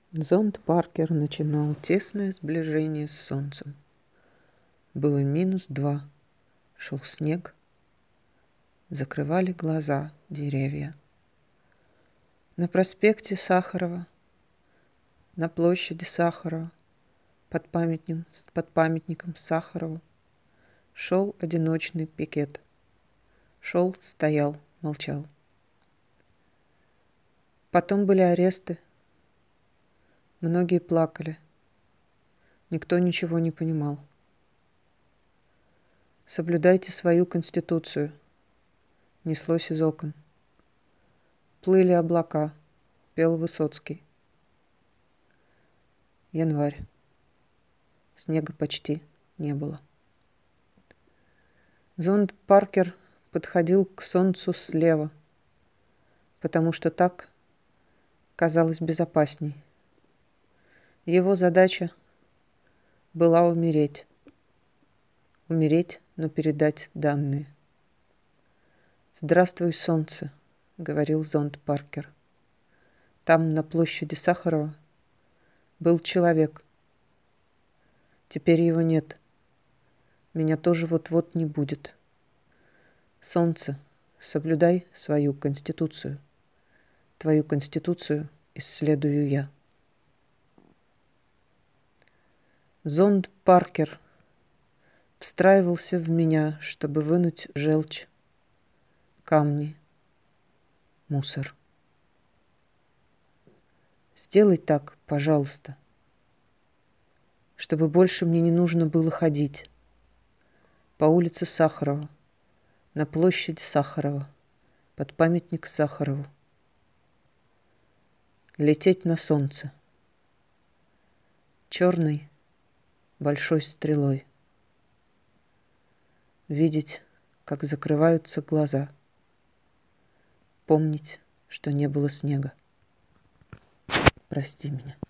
Зонд Паркер начинал тесное сближение с солнцем. Было -2, шел снег, закрывали глаза деревья. На проспекте Сахарова, на площади Сахарова, под памятником Сахарову шел одиночный пикет. Шел, стоял, молчал. Потом были аресты. Многие плакали. Никто ничего не понимал. «Соблюдайте свою конституцию», неслось из окон. Плыли облака, пел Высоцкий. Январь. Снега почти не было. Зонд Паркер подходил к солнцу слева, потому что так казалось безопасней. Его задача была умереть. Умереть, но передать данные. «Здравствуй, солнце», — говорил зонд Паркер. Там, на площади Сахарова, был человек. Теперь его нет. Меня тоже вот-вот не будет. Солнце, соблюдай свою конституцию. Твою конституцию исследую я. Зонд Паркер встраивался в меня, чтобы вынуть желчь, камни, мусор. Сделай так, пожалуйста, чтобы больше мне не нужно было ходить по улице Сахарова, на площадь Сахарова, под памятник Сахарову. Лететь на солнце. Черной большой стрелой. Видеть, как закрываются глаза. Помнить, что не было снега. Прости меня.